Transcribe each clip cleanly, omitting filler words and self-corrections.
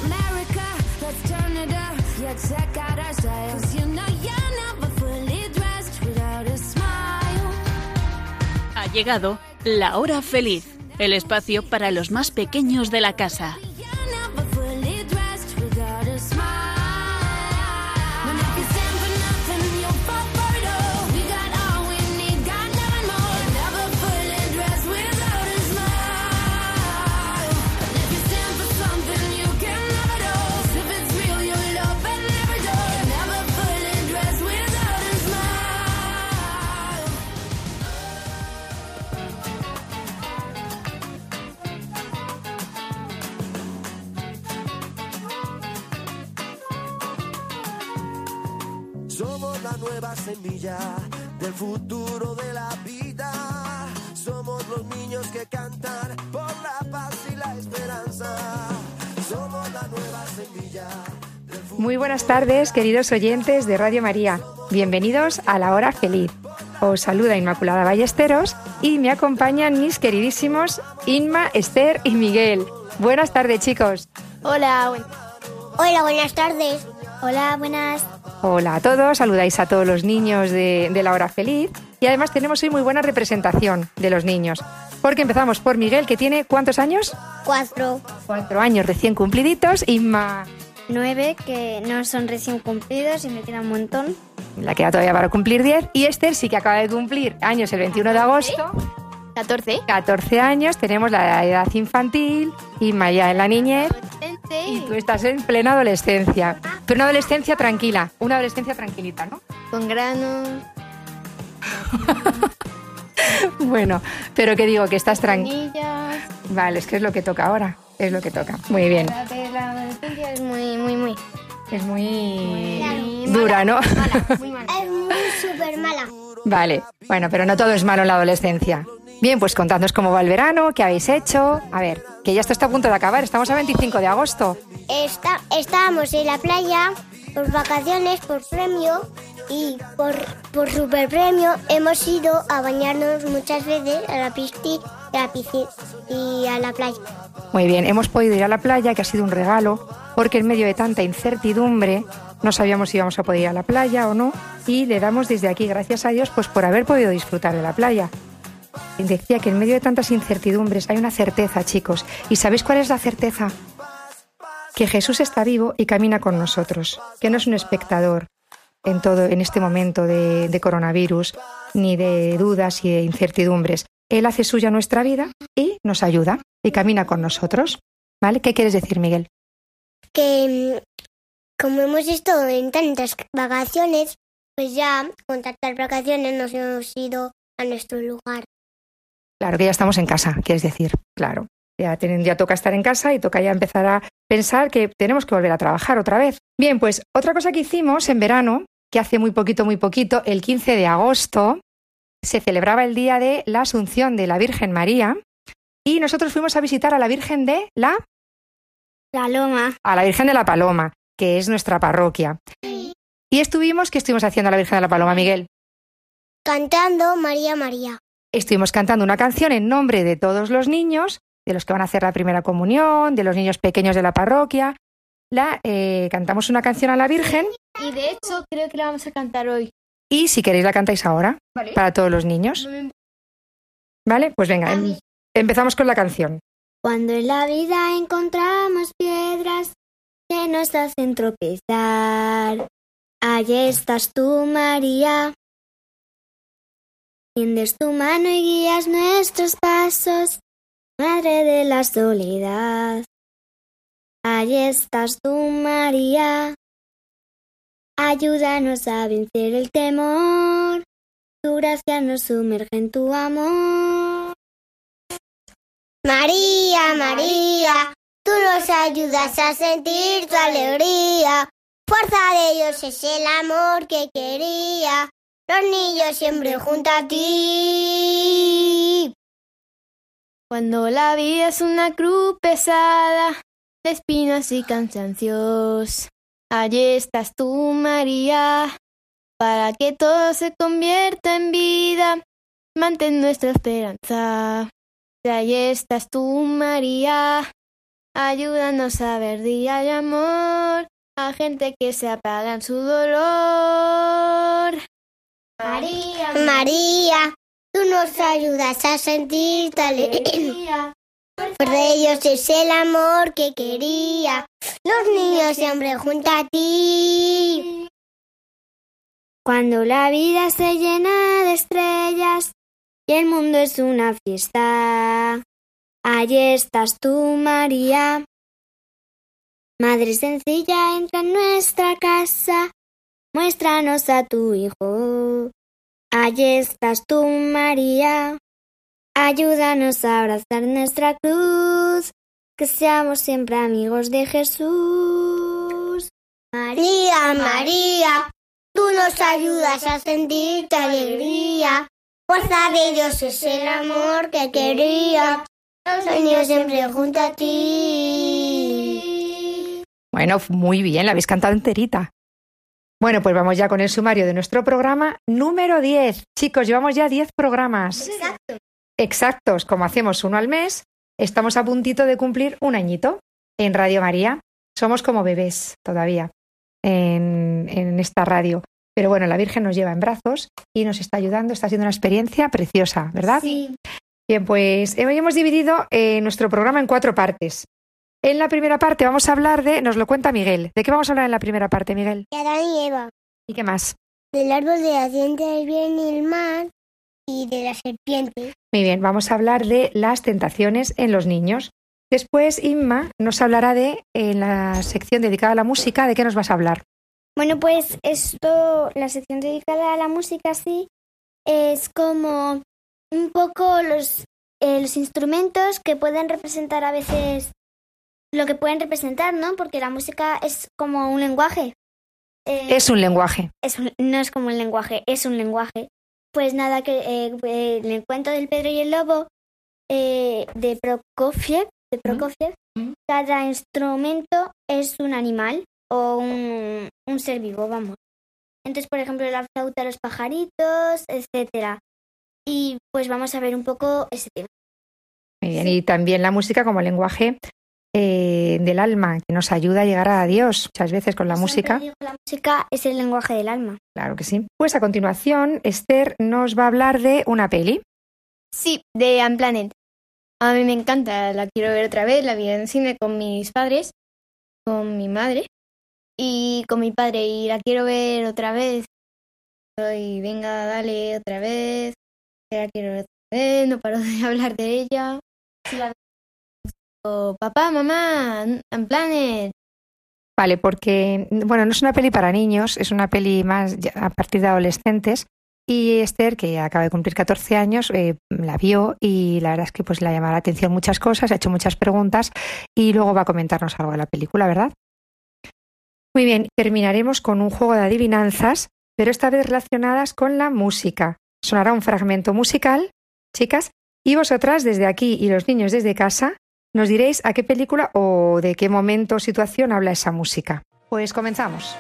America, let's turn it up. Yeah, check out our style. 'Cause you know you're never fully dressed without a smile. Ha llegado la hora feliz, el espacio para los más pequeños de la casa. Somos la nueva semilla del futuro de la vida. Somos los niños que cantan por la paz y la esperanza. Somos la nueva semilla del futuro. Muy buenas tardes, queridos oyentes de Radio María. Bienvenidos a la hora feliz. Os saluda Inmaculada Ballesteros y me acompañan mis queridísimos Inma, Esther y Miguel. Buenas tardes, chicos. Hola, buenas tardes. Hola, buenas. Hola a todos, saludáis a todos los niños de la hora feliz y además tenemos hoy muy buena representación de los niños, porque empezamos por Miguel, que tiene ¿cuántos años? 4. 4 años recién cumpliditos. Inma, 9, que no son recién cumplidos y me queda un montón. la queda todavía para cumplir 10, y Esther sí que acaba de cumplir años el 21 de agosto. 14 años, tenemos la edad infantil, Inma ya en la niñez. Y tú estás en plena adolescencia. Pero una adolescencia tranquila, una adolescencia tranquilita, ¿no? Con granos. Bueno, pero que digo, que estás tranquila. Niñas. Vale, es que es lo que toca ahora, es lo que toca. Muy bien. La adolescencia es muy Es muy mala. dura, ¿no? Muy mala. Es muy súper mala. Vale, bueno, pero no todo es malo en la adolescencia. Bien, pues contadnos cómo va el verano, qué habéis hecho. A ver, que ya esto está a punto de acabar, estamos a 25 de agosto. Estábamos en la playa por vacaciones, por premio y por super premio hemos ido a bañarnos muchas veces a la piscina y a la playa. Muy bien, hemos podido ir a la playa, que ha sido un regalo, porque en medio de tanta incertidumbre no sabíamos si íbamos a poder ir a la playa o no, y le damos desde aquí gracias a Dios pues por haber podido disfrutar de la playa. Decía que en medio de tantas incertidumbres hay una certeza, chicos. ¿Y sabéis cuál es la certeza? Que Jesús está vivo y camina con nosotros, que no es un espectador en este momento de coronavirus, ni de dudas y de incertidumbres. Él hace suya nuestra vida y nos ayuda y camina con nosotros. ¿Vale? ¿Qué quieres decir, Miguel? Que como hemos estado en tantas vacaciones, pues ya con tantas vacaciones nos hemos ido a nuestro lugar. Claro, que ya estamos en casa, quieres decir, claro. Ya toca estar en casa y toca ya empezar a pensar que tenemos que volver a trabajar otra vez. Bien, pues otra cosa que hicimos en verano, que hace muy poquito, el 15 de agosto, se celebraba el día de la Asunción de la Virgen María y nosotros fuimos a visitar a la Virgen de la Paloma. A la Virgen de la Paloma, que es nuestra parroquia. Y ¿qué estuvimos haciendo a la Virgen de la Paloma, Miguel? Cantando María, María. Estuvimos cantando una canción en nombre de todos los niños, de los que van a hacer la primera comunión, de los niños pequeños de la parroquia. Cantamos una canción a la Virgen. Y de hecho creo que la vamos a cantar hoy. Y si queréis la cantáis ahora, Vale. para todos los niños. ¿Vale? Pues venga, empezamos con la canción. Cuando en la vida encontramos piedras que nos hacen tropezar, allí estás tú, María. Tiendes tu mano y guías nuestros pasos, Madre de la soledad. Allí estás tú, María. Ayúdanos a vencer el temor. Tu gracia nos sumerge en tu amor. María, María, tú nos ayudas a sentir tu alegría. Fuerza de Dios es el amor que quería. Los niños siempre junto a ti. Cuando la vida es una cruz pesada de espinas y cansancios, allí estás tú, María, para que todo se convierta en vida. Mantén nuestra esperanza. Allí estás tú, María, ayúdanos a ver día y amor a gente que se apaga en su dolor. María, María, tú nos ayudas a sentir tu alegría. Por ellos es el amor que quería. Los niños siempre junto a ti. Cuando la vida se llena de estrellas y el mundo es una fiesta, allí estás tú, María. Madre sencilla, entra en nuestra casa, muéstranos a tu Hijo. Allí estás tú, María. Ayúdanos a abrazar nuestra cruz, que seamos siempre amigos de Jesús. María, María, tú nos ayudas a sentir tu alegría. Fuerza de Dios es el amor que quería. Los niños siempre junto a ti. Bueno, muy bien, la habéis cantado enterita. Bueno, pues vamos ya con el sumario de nuestro programa número 10. Chicos, llevamos ya 10 programas. Exacto. Exactos, como hacemos uno al mes, estamos a puntito de cumplir un añito en Radio María. Somos como bebés todavía en esta radio. Pero bueno, la Virgen nos lleva en brazos y nos está ayudando. Está siendo una experiencia preciosa, ¿verdad? Sí. Bien, pues hoy hemos dividido nuestro programa en 4 partes. En la primera parte vamos a hablar nos lo cuenta Miguel. ¿De qué vamos a hablar en la primera parte, Miguel? De Adán y Eva. ¿Y qué más? Del árbol de la ciencia del bien y el mal y de la serpiente. Muy bien, vamos a hablar de las tentaciones en los niños. Después Inma nos hablará en la sección dedicada a la música, ¿de qué nos vas a hablar? Bueno, pues la sección dedicada a la música, sí, es como un poco los instrumentos que pueden representar a veces lo que pueden representar, ¿no? Porque la música es como un lenguaje. Es un lenguaje. No es como un lenguaje, es un lenguaje. Pues nada, que el cuento del Pedro y el Lobo de Prokofiev, cada instrumento es un animal o un ser vivo, vamos. Entonces, por ejemplo, la flauta, los pajaritos, etcétera. Y pues vamos a ver un poco ese tema. Muy bien, y también la música como lenguaje del alma, que nos ayuda a llegar a Dios muchas veces con la música. La música es el lenguaje del alma. Claro que sí. Pues a continuación, Esther nos va a hablar de una peli. Sí, de Unplanet. A mí me encanta, la quiero ver otra vez, la vi en cine con mis padres, con mi madre y con mi padre, y la quiero ver otra vez. Y venga, dale otra vez, la quiero ver otra vez, no paro de hablar de ella. Papá, mamá, Unplanet. Vale, porque, bueno, no es una peli para niños, es una peli más a partir de adolescentes. Y Esther, que acaba de cumplir 14 años, la vio y la verdad es que pues le ha llamado la atención muchas cosas, ha hecho muchas preguntas y luego va a comentarnos algo de la película, ¿verdad? Muy bien, terminaremos con un juego de adivinanzas, pero esta vez relacionadas con la música. Sonará un fragmento musical, chicas, y vosotras desde aquí y los niños desde casa nos diréis a qué película o de qué momento o situación habla esa música. Pues comenzamos.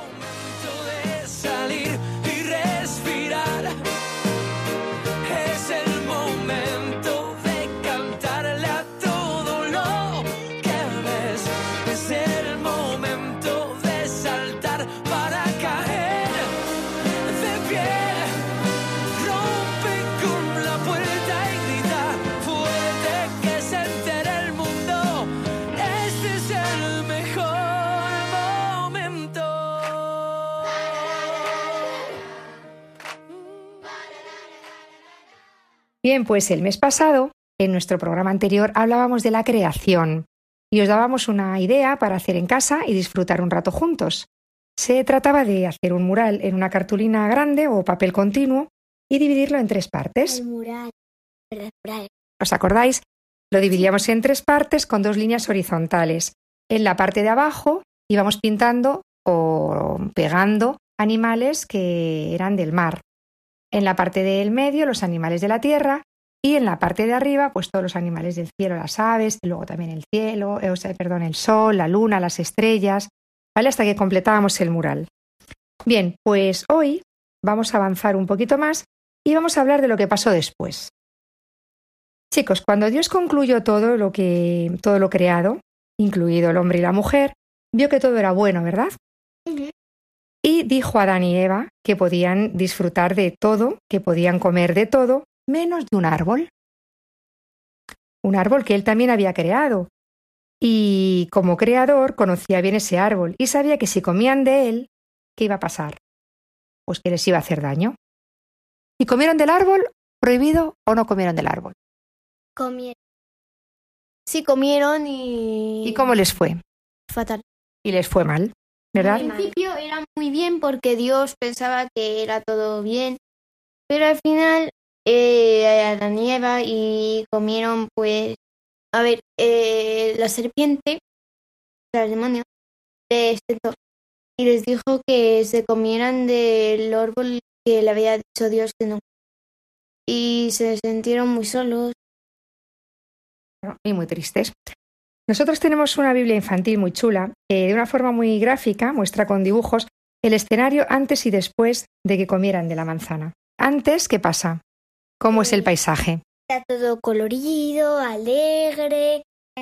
Bien, pues el mes pasado, en nuestro programa anterior, hablábamos de la creación y os dábamos una idea para hacer en casa y disfrutar un rato juntos. Se trataba de hacer un mural en una cartulina grande o papel continuo y dividirlo en 3 partes. El mural. ¿Os acordáis? Lo dividíamos en 3 partes con 2 líneas horizontales. En la parte de abajo íbamos pintando o pegando animales que eran del mar. En la parte del medio, los animales de la tierra, y en la parte de arriba, pues todos los animales del cielo, las aves, y luego también el cielo, el sol, la luna, las estrellas, ¿vale? Hasta que completábamos el mural. Bien, pues hoy vamos a avanzar un poquito más y vamos a hablar de lo que pasó después. Chicos, cuando Dios concluyó todo lo creado, incluido el hombre y la mujer, vio que todo era bueno, ¿verdad? Ujú. Y dijo a Adán y Eva que podían disfrutar de todo, que podían comer de todo, menos de un árbol. Un árbol que él también había creado. Y como creador conocía bien ese árbol y sabía que si comían de él, ¿qué iba a pasar? Pues que les iba a hacer daño. ¿Y comieron del árbol prohibido o no comieron del árbol? Comieron. Sí, comieron y... ¿Y cómo les fue? Fatal. Y les fue mal, ¿verdad? Al principio era muy bien porque Dios pensaba que era todo bien, pero al final Adán y Eva y comieron, pues, a ver, la serpiente, el demonio, les tentó y les dijo que se comieran del árbol que le había dicho Dios que no. Y se sintieron muy solos. Y muy tristes. Nosotros tenemos una Biblia infantil muy chula, que de una forma muy gráfica muestra con dibujos el escenario antes y después de que comieran de la manzana. Antes, ¿qué pasa? ¿Cómo es el paisaje? Está todo colorido, alegre.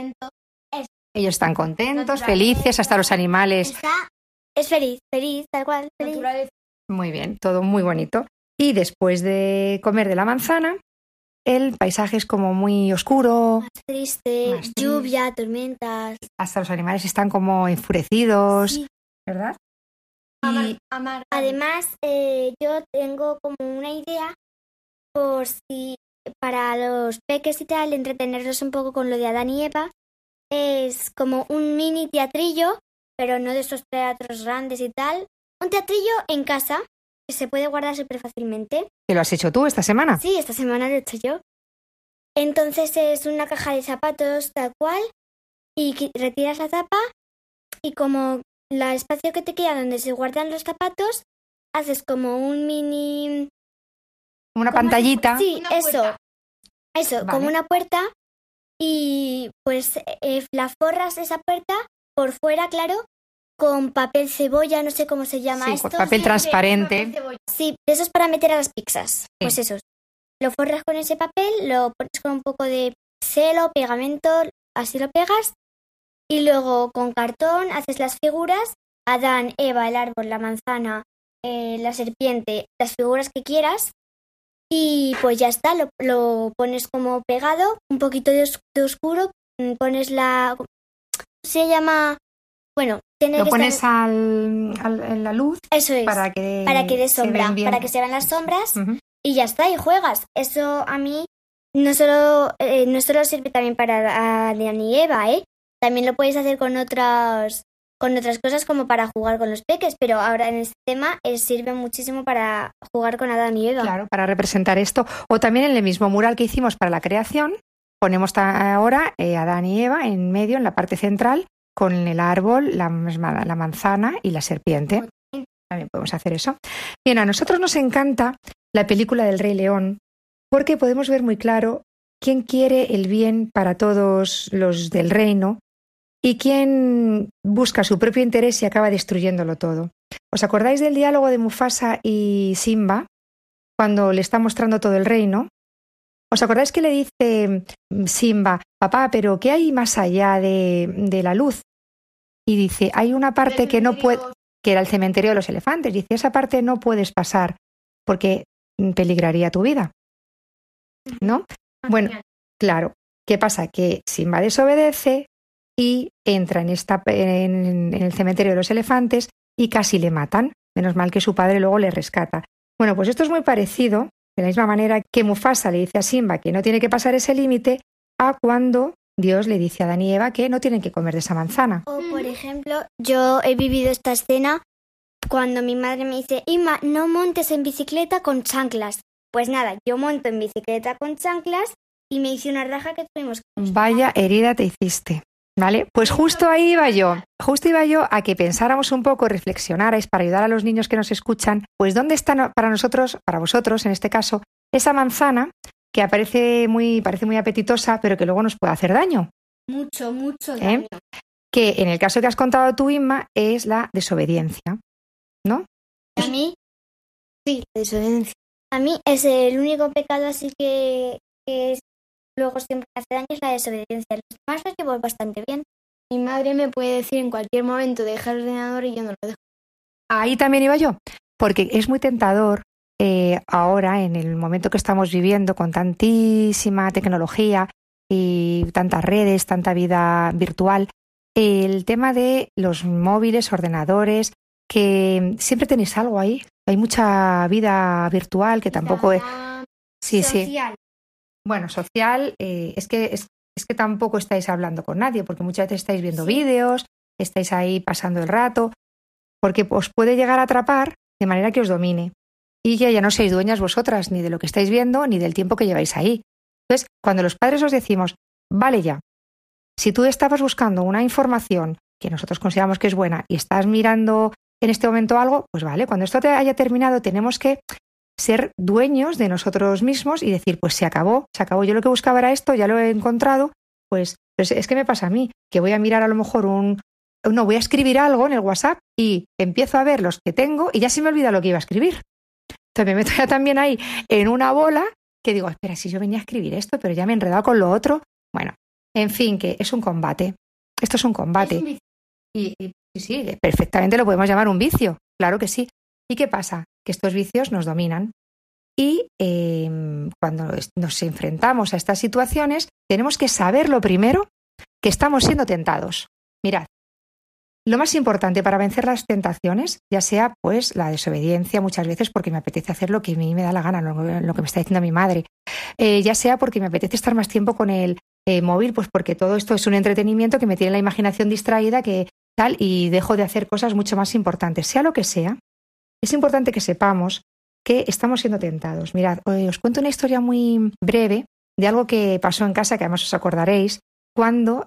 Ellos están contentos, Naturaleza. felices, hasta los animales. Es feliz, tal cual, feliz. Muy bien, todo muy bonito. Y después de comer de la manzana, el paisaje es como muy oscuro, Más triste, Más triste. lluvia, tormentas. hasta los animales están como enfurecidos, Sí. ¿verdad? Y Además, yo tengo como una idea por si para los peques y tal, entretenerlos un poco con lo de Adán y Eva, es como un mini teatrillo, pero no de esos teatros grandes y tal. Un teatrillo en casa que se puede guardar súper fácilmente. ¿qué lo has hecho tú esta semana? Sí, esta semana lo he hecho yo. Entonces es una caja de zapatos tal cual y retiras la tapa y como el espacio que te queda donde se guardan los zapatos, haces como un mini... Una pantallita. Sí, Una puerta. eso, Vale. como una puerta y pues la forras esa puerta por fuera, claro, con papel cebolla, no sé cómo se llama Sí, esto. con papel transparente. Sí, de esos para meter a las pizzas. Sí. Pues esos. Lo forras con ese papel, lo pones con un poco de celo, pegamento, así lo pegas. Y luego con cartón haces las figuras. Adán, Eva, el árbol, la manzana, la serpiente, las figuras que quieras. Y pues ya está, lo pones como pegado, un poquito de oscuro. Pones la... ¿Cómo se llama? Bueno, tiene Lo que pones estar... en la luz Eso es. para que dé se sombra, vean bien. para que se vean las sombras. Ujú. Y ya está, y juegas. Eso a mí no solo sirve también para Adán y Eva, ¿eh? También lo puedes hacer con otras cosas como para jugar con los peques, pero ahora en este tema sirve muchísimo para jugar con Adán y Eva. Claro, para representar esto. O también en el mismo mural que hicimos para la creación, ponemos ahora Adán y Eva en medio, en la parte central, con el árbol, la manzana y la serpiente. También podemos hacer eso. Bien, a nosotros nos encanta la película del Rey León porque podemos ver muy claro quién quiere el bien para todos los del reino y quién busca su propio interés y acaba destruyéndolo todo. ¿Os acordáis del diálogo de Mufasa y Simba cuando le está mostrando todo el reino? ¿Os acordáis que le dice Simba, papá, pero qué hay más allá de la luz? Y dice, hay una parte que no puede, que era el cementerio de los elefantes. Dice, esa parte no puedes pasar porque peligraría tu vida, ¿no? Bueno, claro, ¿qué pasa? Que Simba desobedece y entra en el cementerio de los elefantes y casi le matan. Menos mal que su padre luego le rescata. Bueno, pues esto es muy parecido, de la misma manera que Mufasa le dice a Simba que no tiene que pasar ese límite, a cuando Dios le dice a Adán y Eva que no tienen que comer de esa manzana. O, por ejemplo, yo he vivido esta escena cuando mi madre me dice, Inma, no montes en bicicleta con chanclas. Pues nada, yo monto en bicicleta con chanclas y me hice una raja que tuvimos que... Vaya herida te hiciste, ¿vale? Pues justo ahí iba yo a que pensáramos un poco, reflexionarais para ayudar a los niños que nos escuchan, pues dónde está para nosotros, para vosotros en este caso, esa manzana que parece muy apetitosa, pero que luego nos puede hacer daño. Mucho daño. Que en el caso que has contado tú, Inma, es la desobediencia, ¿no? A mí, Sí, la desobediencia. a mí es el único pecado así que luego siempre hace daño, es la desobediencia. Los demás los llevo bastante bien. Mi madre me puede decir en cualquier momento deja el ordenador y yo no lo dejo. Ahí también iba yo, porque es muy tentador ahora, en el momento que estamos viviendo, con tantísima tecnología y tantas redes, tanta vida virtual, el tema de los móviles, ordenadores, que siempre tenéis algo ahí. Hay mucha vida virtual que tampoco es... Sí, social. Bueno, social, es que tampoco estáis hablando con nadie, porque muchas veces estáis viendo vídeos, estáis ahí pasando el rato, porque os puede llegar a atrapar de manera que os domine y que ya no seáis dueñas vosotras ni de lo que estáis viendo ni del tiempo que lleváis ahí. Entonces, cuando los padres os decimos, vale ya, si tú estabas buscando una información que nosotros consideramos que es buena y estás mirando en este momento algo, pues vale, cuando esto te haya terminado tenemos que ser dueños de nosotros mismos y decir, pues se acabó, yo lo que buscaba era esto, ya lo he encontrado, pues es que me pasa a mí, que voy a mirar a lo mejor voy a escribir algo en el WhatsApp y empiezo a ver los que tengo y ya se me olvida lo que iba a escribir. Entonces me meto ya también ahí en una bola que digo, espera, si yo venía a escribir esto, pero ya me he enredado con lo otro. Bueno, en fin, que es un combate. Esto es un combate. Es un vicio. Y sí, perfectamente lo podemos llamar un vicio, claro que sí. ¿Y qué pasa? Que estos vicios nos dominan. Y cuando nos enfrentamos a estas situaciones, tenemos que saber lo primero, que estamos siendo tentados. Mirad, lo más importante para vencer las tentaciones, ya sea pues la desobediencia muchas veces porque me apetece hacer lo que a mí me da la gana, lo que me está diciendo mi madre, ya sea porque me apetece estar más tiempo con el móvil, pues porque todo esto es un entretenimiento que me tiene la imaginación distraída que tal y dejo de hacer cosas mucho más importantes. Sea lo que sea, es importante que sepamos que estamos siendo tentados. Mirad, os cuento una historia muy breve de algo que pasó en casa, que además os acordaréis, cuando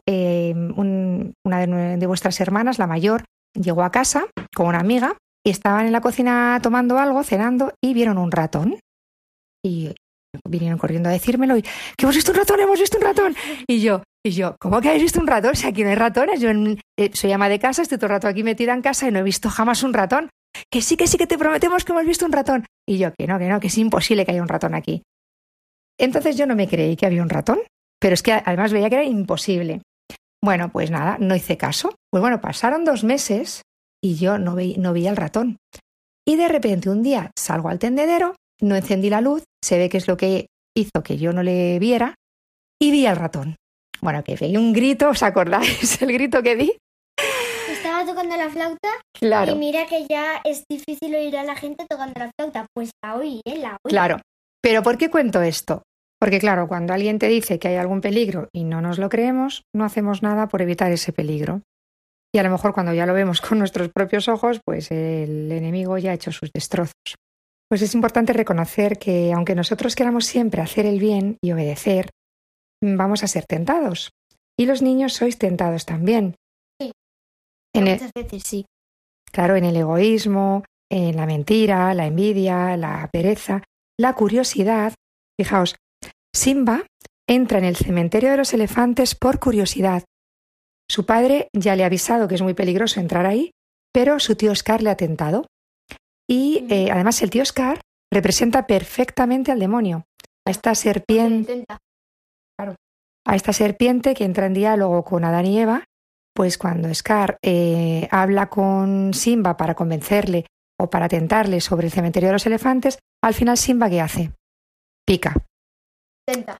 una de vuestras hermanas, la mayor, llegó a casa con una amiga y estaban en la cocina tomando algo, cenando, y vieron un ratón. Y vinieron corriendo a decírmelo y que hemos visto un ratón. Y yo, ¿cómo que habéis visto un ratón? Si aquí no hay ratones. Yo soy ama de casa, estoy todo el rato aquí metida en casa y no he visto jamás un ratón. Que sí, que te prometemos que hemos visto un ratón. Y yo, que no, que es imposible que haya un ratón aquí. Entonces yo no me creí que había un ratón, pero es que además veía que era imposible. Bueno, pues nada, no hice caso. Pues bueno, pasaron 2 meses y yo no veía el ratón. Y de repente un día salgo al tendedero, no encendí la luz, se ve que es lo que hizo que yo no le viera, y vi al ratón. Bueno, que pegué un grito, ¿os acordáis el grito que di? Estaba tocando la flauta. Claro. Y mira que ya es difícil oír a la gente tocando la flauta. Pues la oí. Claro. Pero ¿por qué cuento esto? Porque claro, cuando alguien te dice que hay algún peligro y no nos lo creemos, no hacemos nada por evitar ese peligro. Y a lo mejor cuando ya lo vemos con nuestros propios ojos, pues el enemigo ya ha hecho sus destrozos. Pues es importante reconocer que aunque nosotros queramos siempre hacer el bien y obedecer, vamos a ser tentados. Y los niños sois tentados también. Sí. Muchas veces sí. Claro, en el egoísmo, en la mentira, la envidia, la pereza, la curiosidad. Fijaos, Simba entra en el cementerio de los elefantes por curiosidad. Su padre ya le ha avisado que es muy peligroso entrar ahí, pero su tío Scar le ha tentado. Y además el tío Scar representa perfectamente al demonio, a esta serpiente. Claro, a esta serpiente que entra en diálogo con Adán y Eva, pues cuando Scar habla con Simba para convencerle o para tentarle sobre el cementerio de los elefantes, al final Simba ¿qué hace? Pica. Tenta.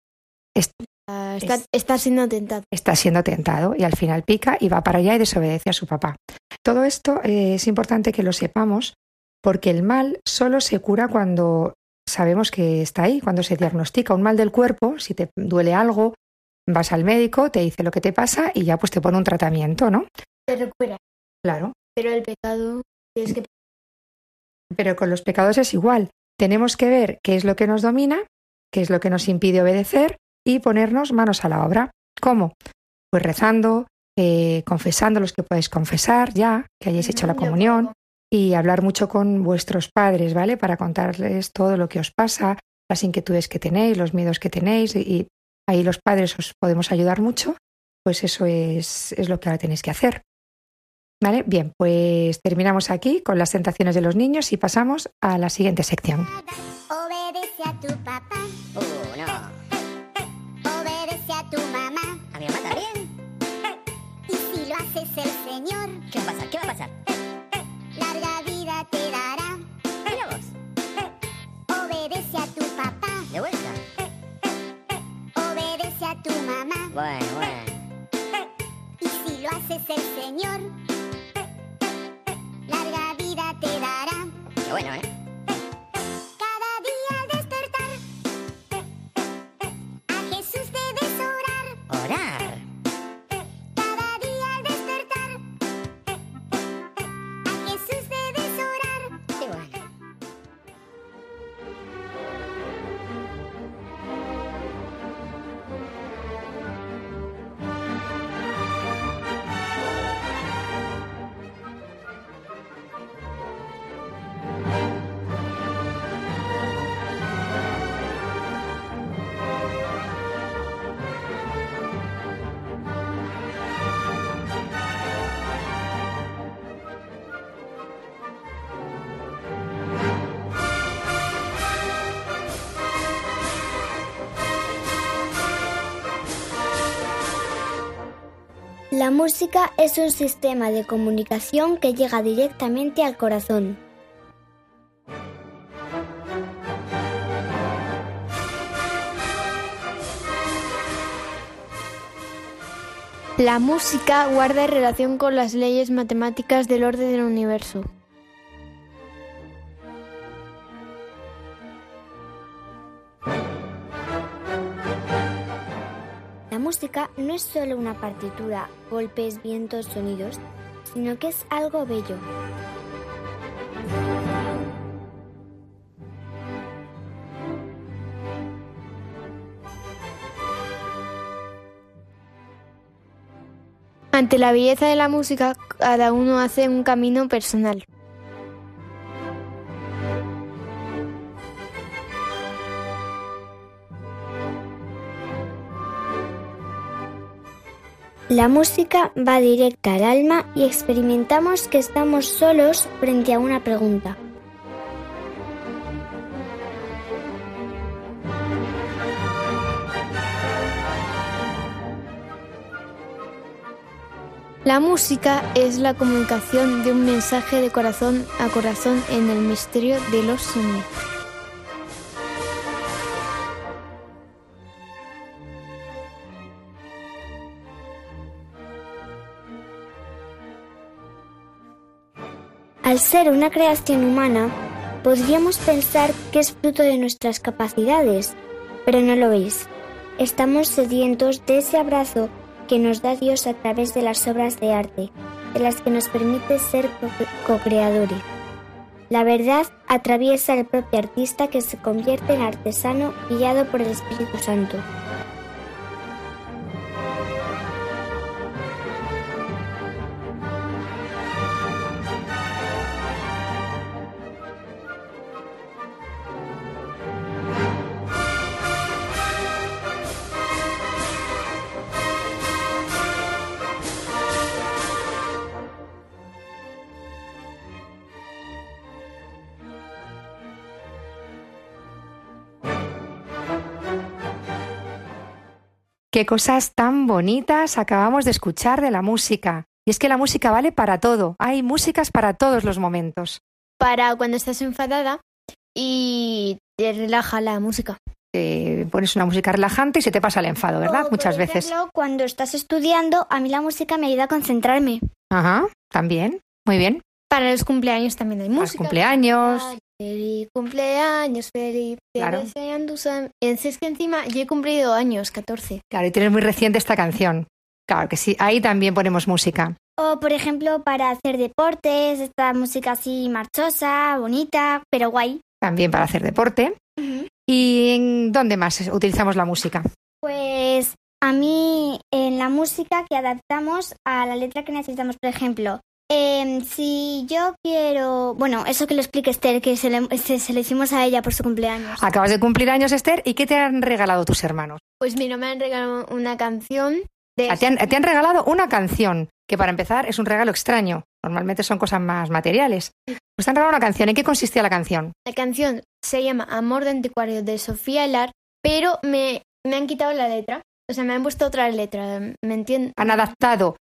Está siendo tentado. Está siendo tentado y al final pica y va para allá y desobedece a su papá. Todo esto es importante que lo sepamos porque el mal solo se cura cuando sabemos que está ahí, cuando se diagnostica un mal del cuerpo, si te duele algo, vas al médico, te dice lo que te pasa y ya pues te pone un tratamiento, ¿no? Te recupera. Claro. Pero el pecado tienes que... Pero con los pecados es igual. Tenemos que ver qué es lo que nos domina, qué es lo que nos impide obedecer y ponernos manos a la obra. ¿Cómo? Pues rezando, confesando los que podéis confesar ya, que hayáis hecho la comunión, y hablar mucho con vuestros padres, ¿vale? Para contarles todo lo que os pasa, las inquietudes que tenéis, los miedos que tenéis, y ahí los padres os podemos ayudar mucho, pues eso es lo que ahora tenéis que hacer. ¿Vale? Bien, pues terminamos aquí con las tentaciones de los niños y pasamos a la siguiente sección. Obedece a tu papá. No. Obedece a tu mamá. A mi mamá también. Y si lo haces el Señor, ¿Qué va a pasar? ¿Qué va a pasar? larga vida te dará. Mira vos. Obedece a tu papá, De vuelta. obedece a tu mamá. Bueno. Y si lo haces el Señor, larga vida te dará. Qué bueno, ¿eh? Cada día al despertar, a Jesús debes orar. Orar. Cada día al despertar, a Jesús debes orar. Qué bueno. La música es un sistema de comunicación que llega directamente al corazón. La música guarda relación con las leyes matemáticas del orden del universo. La música no es solo una partitura, golpes, vientos, sonidos, sino que es algo bello. Ante la belleza de la música, cada uno hace un camino personal. La música va directa al alma y experimentamos que estamos solos frente a una pregunta. La música es la comunicación de un mensaje de corazón a corazón en el misterio de los sonidos. Al ser una creación humana, podríamos pensar que es fruto de nuestras capacidades, pero no lo es. Estamos sedientos de ese abrazo que nos da Dios a través de las obras de arte, de las que nos permite ser co-creadores. La verdad atraviesa al propio artista que se convierte en artesano guiado por el Espíritu Santo. Qué cosas tan bonitas acabamos de escuchar de la música. Y es que la música vale para todo. Hay músicas para todos los momentos. Para cuando estás enfadada y te relaja la música. Pones una música relajante y se te pasa el enfado, ¿verdad? Muchas veces. Por ejemplo, cuando estás estudiando, a mí la música me ayuda a concentrarme. Ajá, también. Muy bien. Para los cumpleaños también hay música. Los cumpleaños. Feliz cumpleaños, feliz. Claro. Es que encima yo he cumplido años, 14. Claro, y tienes muy reciente esta canción. Claro que sí, ahí también ponemos música. O, por ejemplo, para hacer deportes, esta música así marchosa, bonita, pero guay. También para hacer deporte. Uh-huh. ¿Y en dónde más utilizamos la música? Pues a mí en la música que adaptamos a la letra que necesitamos, por ejemplo, si yo quiero... Bueno, eso que lo explique Esther, que se le hicimos a ella por su cumpleaños. Acabas de cumplir años, Esther, ¿y qué te han regalado tus hermanos? Pues mira, me han regalado una canción de... Te han regalado una canción, que para empezar es un regalo extraño. Normalmente son cosas más materiales. Pues te han regalado una canción. ¿En qué consistía la canción? La canción se llama Amor de Anticuario de Sofía Elar, pero me han quitado la letra. O sea, me han puesto otra letra, ¿me entiendes? Han adaptado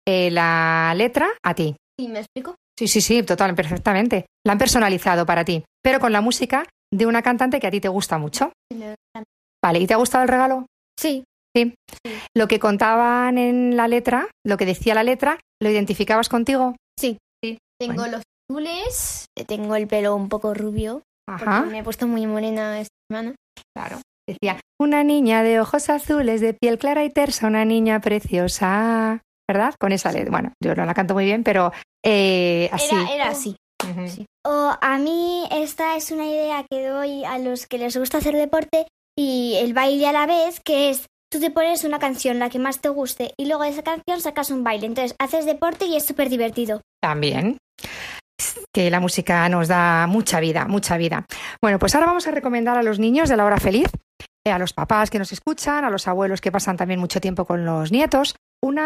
la letra a ti. ¿Y me explico? Sí, total, perfectamente. La han personalizado para ti, pero con la música de una cantante que a ti te gusta mucho. Sí, me encanta. Vale, ¿y te ha gustado el regalo? Sí. Sí. Lo que contaban en la letra, lo que decía la letra, ¿lo identificabas contigo? Sí. Sí. Tengo Bueno. los azules, tengo el pelo un poco rubio, Ajá, porque me he puesto muy morena esta semana. claro. Decía, una niña de ojos azules, de piel clara y tersa, una niña preciosa, ¿verdad? Con esa letra. Bueno, yo no la canto muy bien, pero así. Era así. Ujú. Sí. O a mí esta es una idea que doy a los que les gusta hacer deporte y el baile a la vez, que es, tú te pones una canción, la que más te guste, y luego de esa canción sacas un baile. Entonces haces deporte y es súper divertido. También. Que la música nos da mucha vida, mucha vida. Bueno, pues ahora vamos a recomendar a los niños de la hora feliz, a los papás que nos escuchan, a los abuelos que pasan también mucho tiempo con los nietos,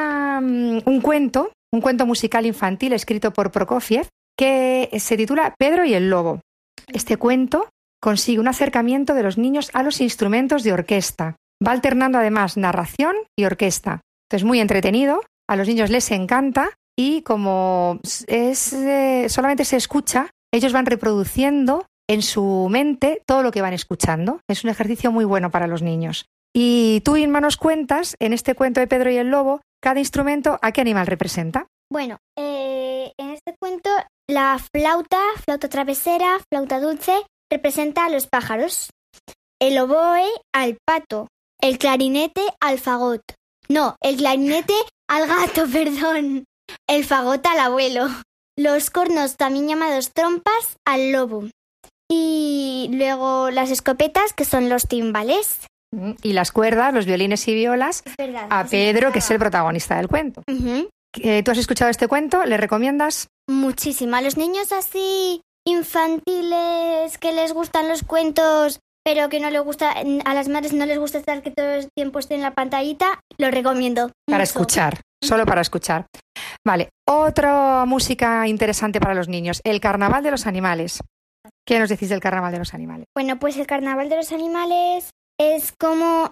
un cuento musical infantil escrito por Prokofiev que se titula Pedro y el Lobo. Este cuento consigue un acercamiento de los niños a los instrumentos de orquesta. Va alternando además narración y orquesta. Entonces, muy entretenido, a los niños les encanta y como solamente se escucha, ellos van reproduciendo en su mente todo lo que van escuchando. Es un ejercicio muy bueno para los niños. Y tú, Inma, nos cuentas, en este cuento de Pedro y el Lobo, cada instrumento, ¿a qué animal representa? Bueno, en este cuento la flauta travesera, flauta dulce, representa a los pájaros. El oboe al pato. El clarinete al fagot. No, el clarinete al gato, perdón. El fagot al abuelo. Los cornos, también llamados trompas, al lobo. Y luego las escopetas, que son los timbales. Y las cuerdas, los violines y violas, Es verdad. a Pedro, que es el protagonista del cuento. Ujú. ¿Tú has escuchado este cuento? ¿Le recomiendas? Muchísimo. A los niños así infantiles que les gustan los cuentos, pero que no les gusta, a las madres no les gusta estar que todo el tiempo esté en la pantallita, lo recomiendo. Para mucho. escuchar, solo para escuchar. Vale, otra música interesante para los niños, el Carnaval de los Animales. ¿Qué nos decís del Carnaval de los Animales? Bueno, pues el Carnaval de los Animales es como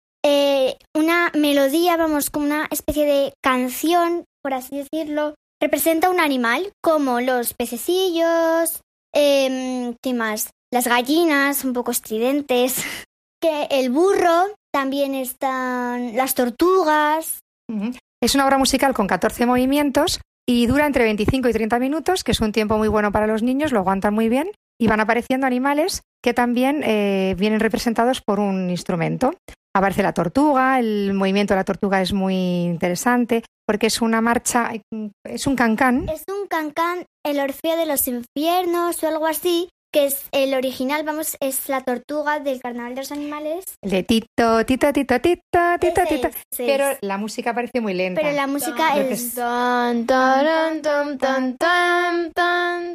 una melodía, vamos, como una especie de canción, por así decirlo. Representa un animal, como los pececillos, ¿qué más? Las gallinas, un poco estridentes, que el burro, también están las tortugas. Es una obra musical con 14 movimientos y dura entre 25 y 30 minutos, que es un tiempo muy bueno para los niños, lo aguantan muy bien, y van apareciendo animales que también vienen representados por un instrumento. Aparece la tortuga, el movimiento de la tortuga es muy interesante porque es una marcha, es un cancán. Es un cancán, el Orfeo de los Infiernos o algo así, que es el original, vamos, es la tortuga del Carnaval de los Animales. El de tito, tito, tito, tito, tito, Ese tito. es, ese Pero es. la música parece muy lenta. Pero la música Lo que es... Tan, taran, tan, tan, tan, tan,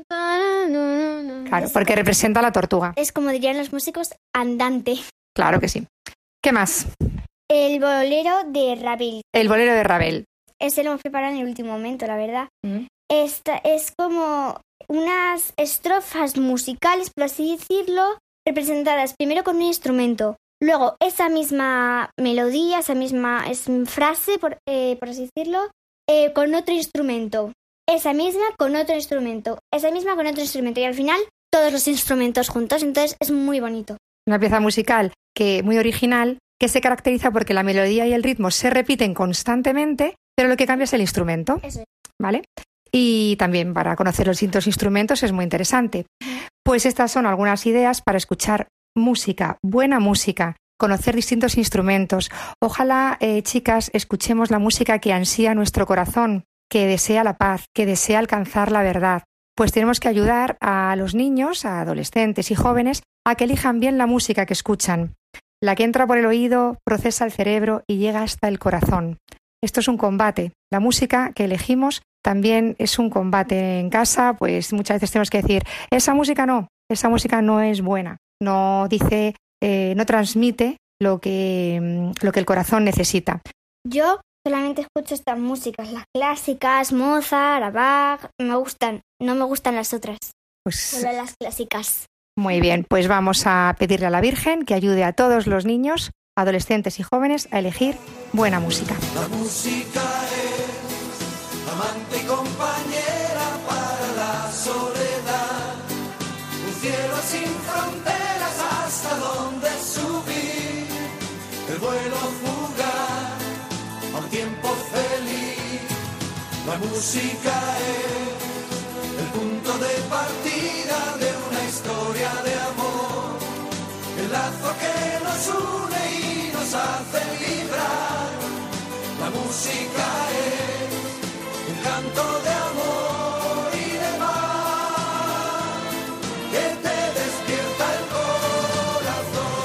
taran, Claro, porque representa a la tortuga. Es como dirían los músicos, andante. Claro que sí. ¿Qué más? El bolero de Ravel. El bolero de Ravel. Ese lo hemos preparado en el último momento, la verdad. Esta es como unas estrofas musicales, por así decirlo, representadas primero con un instrumento. Luego esa misma melodía, esa misma frase, por así decirlo, con otro instrumento. Esa misma con otro instrumento. Esa misma con otro instrumento. Y al final todos los instrumentos juntos. Entonces es muy bonito. Una pieza musical muy original, que se caracteriza porque la melodía y el ritmo se repiten constantemente, pero lo que cambia es el instrumento. Eso es. ¿Vale? Y también para conocer los distintos instrumentos es muy interesante. Pues estas son algunas ideas para escuchar música, buena música, conocer distintos instrumentos. Ojalá, chicas, escuchemos la música que ansía nuestro corazón, que desea la paz, que desea alcanzar la verdad. Pues tenemos que ayudar a los niños, a adolescentes y jóvenes a que elijan bien la música que escuchan. La que entra por el oído, procesa el cerebro y llega hasta el corazón. Esto es un combate. La música que elegimos también es un combate en casa, pues muchas veces tenemos que decir, esa música no es buena, no dice, no transmite lo que el corazón necesita. Yo solamente escucho estas músicas, las clásicas, Mozart, Bach, me gustan, no me gustan las otras, Pues solo las clásicas. muy bien, pues vamos a pedirle a la Virgen que ayude a todos los niños, adolescentes y jóvenes a elegir buena música. La música es La música es el punto de partida de una historia de amor, el lazo que nos une y nos hace vibrar. La música es un canto de amor y de mar que te despierta el corazón.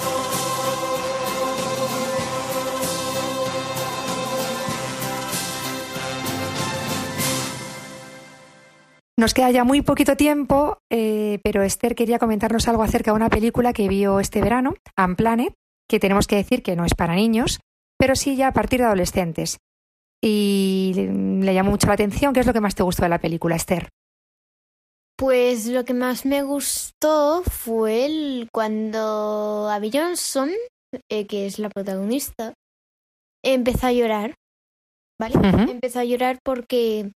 Nos queda ya muy poquito tiempo, pero Esther quería comentarnos algo acerca de una película que vio este verano, Unplanet, que tenemos que decir que no es para niños, pero sí ya a partir de adolescentes. Y le llamó mucho la atención. ¿Qué es lo que más te gustó de la película, Esther? Pues lo que más me gustó fue cuando Abby Johnson, que es la protagonista, empezó a llorar, ¿vale? Ujú. Empezó a llorar porque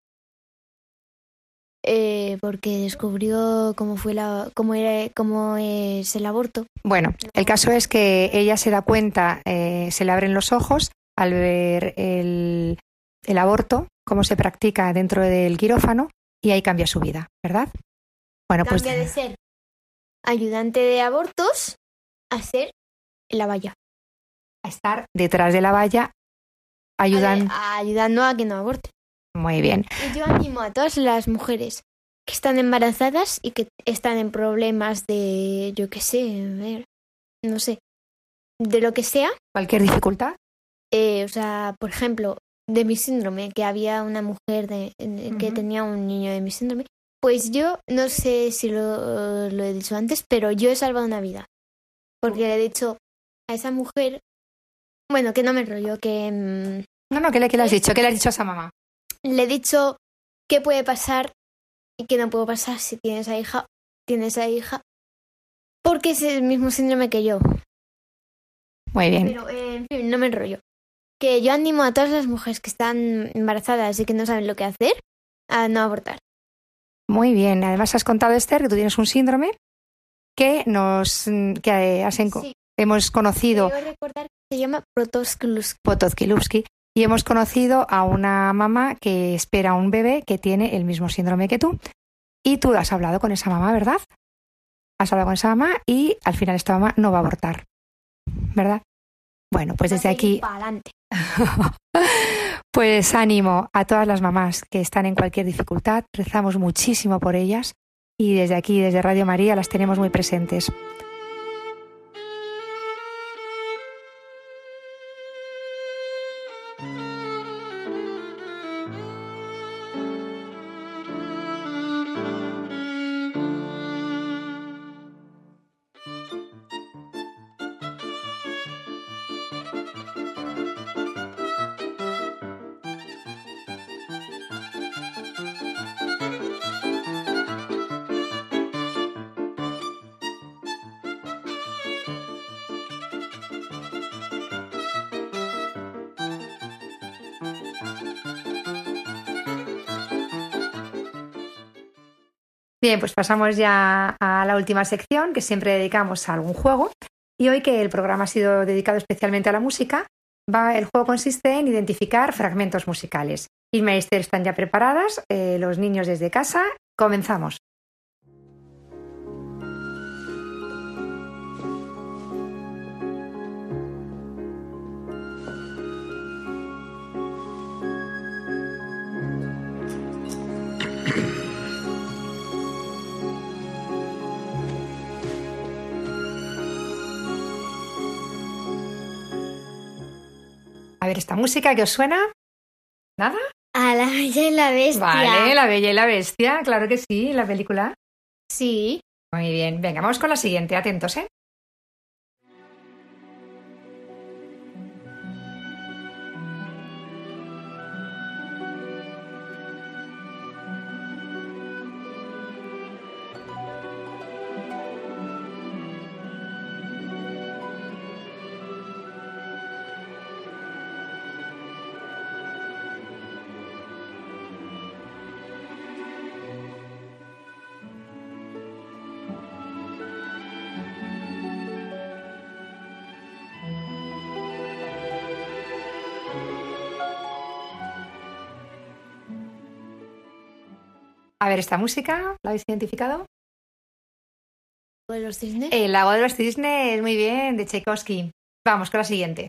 descubrió cómo es el aborto. Bueno, el caso es que ella se da cuenta, se le abren los ojos al ver el aborto, cómo se practica dentro del quirófano, y ahí cambia su vida, ¿verdad? Bueno, pues Cambia de ser ayudante de abortos a ser la valla, a estar detrás de la valla ayudando. ayudando a que no aborte. Muy bien. Y yo animo a todas las mujeres que están embarazadas y que están en problemas de, yo qué sé, a ver, no sé, de lo que sea. Cualquier dificultad. O sea, por ejemplo, de mi síndrome, que había una mujer que tenía un niño de mi síndrome, pues yo no sé si lo he dicho antes, pero yo he salvado una vida. Porque le he dicho a esa mujer, bueno, que no me enrollo, que No, ¿qué le has dicho? ¿Qué le has dicho a esa mamá? le he dicho qué puede pasar y qué no puede pasar si tiene esa hija, porque es el mismo síndrome que yo. Muy bien. Pero, en fin, no me enrollo. Que yo animo a todas las mujeres que están embarazadas y que no saben lo que hacer a no abortar. Muy bien. Además has contado, Esther, que tú tienes un síndrome que Sí. hemos conocido Quiero recordar que se llama Protosklus. Potocki y hemos conocido a una mamá que espera un bebé que tiene el mismo síndrome que tú. Y tú has hablado con esa mamá, ¿verdad? Has hablado con esa mamá y al final esta mamá no va a abortar, ¿verdad? Bueno, pues desde aquí, Pa'lante. pues ánimo a todas las mamás que están en cualquier dificultad. Rezamos muchísimo por ellas y desde aquí, desde Radio María, las tenemos muy presentes. Bien, pues pasamos ya a la última sección, que siempre dedicamos a algún juego. Y hoy, que el programa ha sido dedicado especialmente a la música, el juego consiste en identificar fragmentos musicales. Irma y Esther están ya preparadas, los niños desde casa. Comenzamos. A ver, esta música, ¿qué os suena? ¿Nada? A la Bella y la Bestia. Vale, La Bella y la Bestia, claro que sí, la película. Sí. Muy bien, venga, vamos con la siguiente, atentos, ¿eh? A ver, esta música, ¿la habéis identificado? ¿Con los cisnes? El lago de los cisnes, muy bien, de Tchaikovsky. Vamos con la siguiente.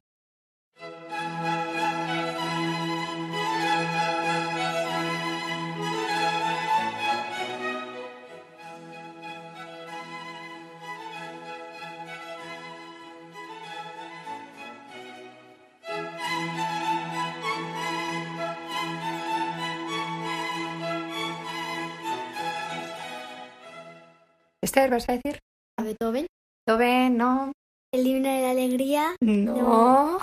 Esther, ¿vas a decir? ¿A Beethoven? Beethoven, no. El himno de la alegría. No.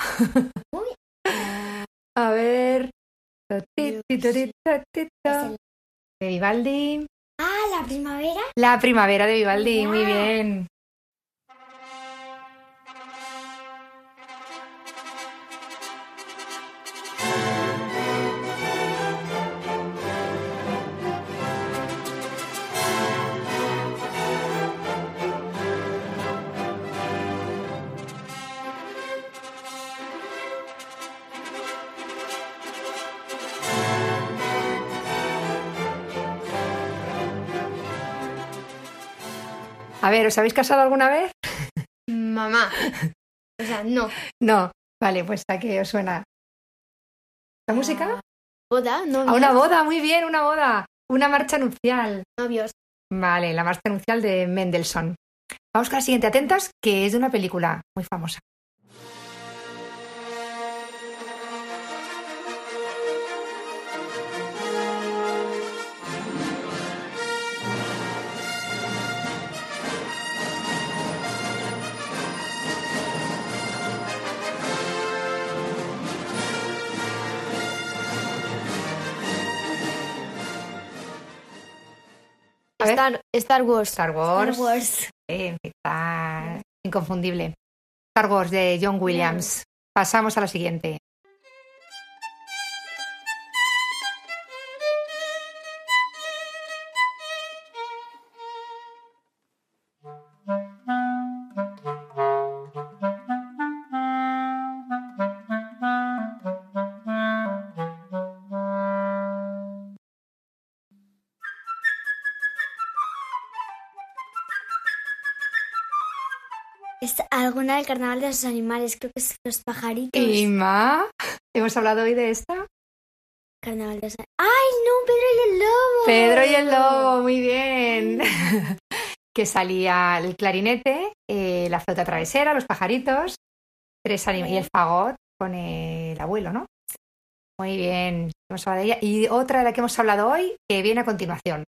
A ver. el- De Vivaldi. Ah, la primavera. La primavera de Vivaldi, muy bien. A ver, ¿os habéis casado alguna vez? Mamá. O sea, no. No. Vale, pues ¿a qué os suena? ¿La música? Boda, novios. A una boda, muy bien, una boda. Una marcha nupcial. Novios. Vale, la marcha nupcial de Mendelssohn. Vamos con la siguiente, atentas, que es de una película muy famosa. A ver. Star Wars. Star Wars. Star Wars. Está inconfundible. Star Wars de John Williams. Pasamos a la siguiente. Es alguna del carnaval de los animales, creo que es los pajaritos. Ima, ¿hemos hablado hoy de esta? Carnaval de los ¡Ay, no! ¡Pedro y el lobo! Pedro y el lobo, muy bien. Que salía el clarinete, la flauta travesera, los pajaritos, y el fagot con el abuelo, ¿no? Muy bien, hemos hablado de ella. Y otra de la que hemos hablado hoy, que viene a continuación.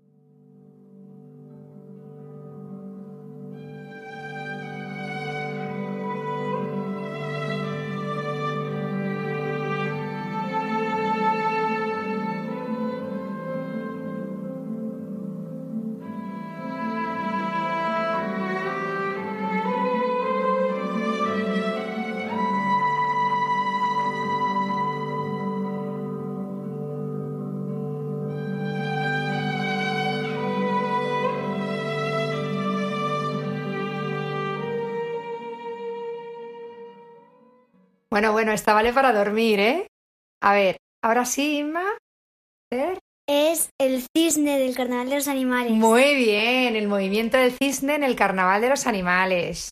Bueno, esta vale para dormir, ¿eh? A ver, ahora sí, Inma. Es el cisne del carnaval de los animales. Muy bien, el movimiento del cisne en el carnaval de los animales.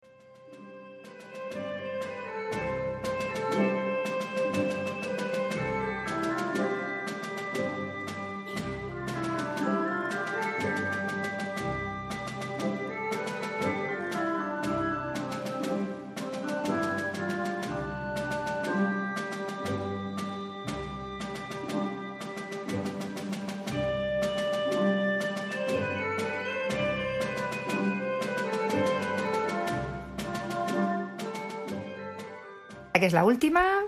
Que es la última.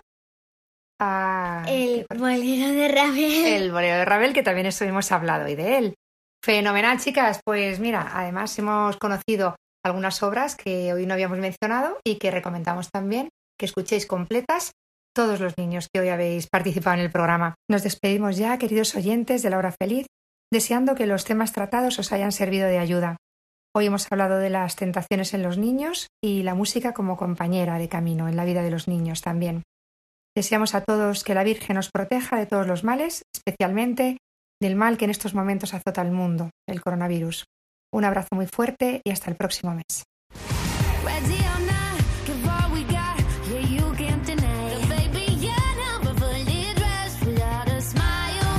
El bolero de Ravel. El bolero de Ravel, que también hemos hablado hoy de él. Fenomenal, chicas. Pues mira, además hemos conocido algunas obras que hoy no habíamos mencionado y que recomendamos también que escuchéis completas todos los niños que hoy habéis participado en el programa. Nos despedimos ya, queridos oyentes de La Hora Feliz, deseando que los temas tratados os hayan servido de ayuda. Hoy hemos hablado de las tentaciones en los niños y la música como compañera de camino en la vida de los niños también. Deseamos a todos que la Virgen os proteja de todos los males, especialmente del mal que en estos momentos azota al mundo, el coronavirus. Un abrazo muy fuerte y hasta el próximo mes. Ready or not, give all we got. Yeah, you can't deny it. Baby, you're never fully dressed without a smile.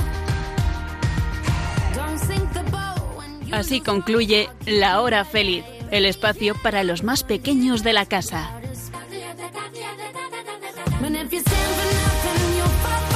Don't sink the boat when you Así concluye La Hora Feliz, el espacio para los más pequeños de la casa. But if you stand for nothing, you'll fall.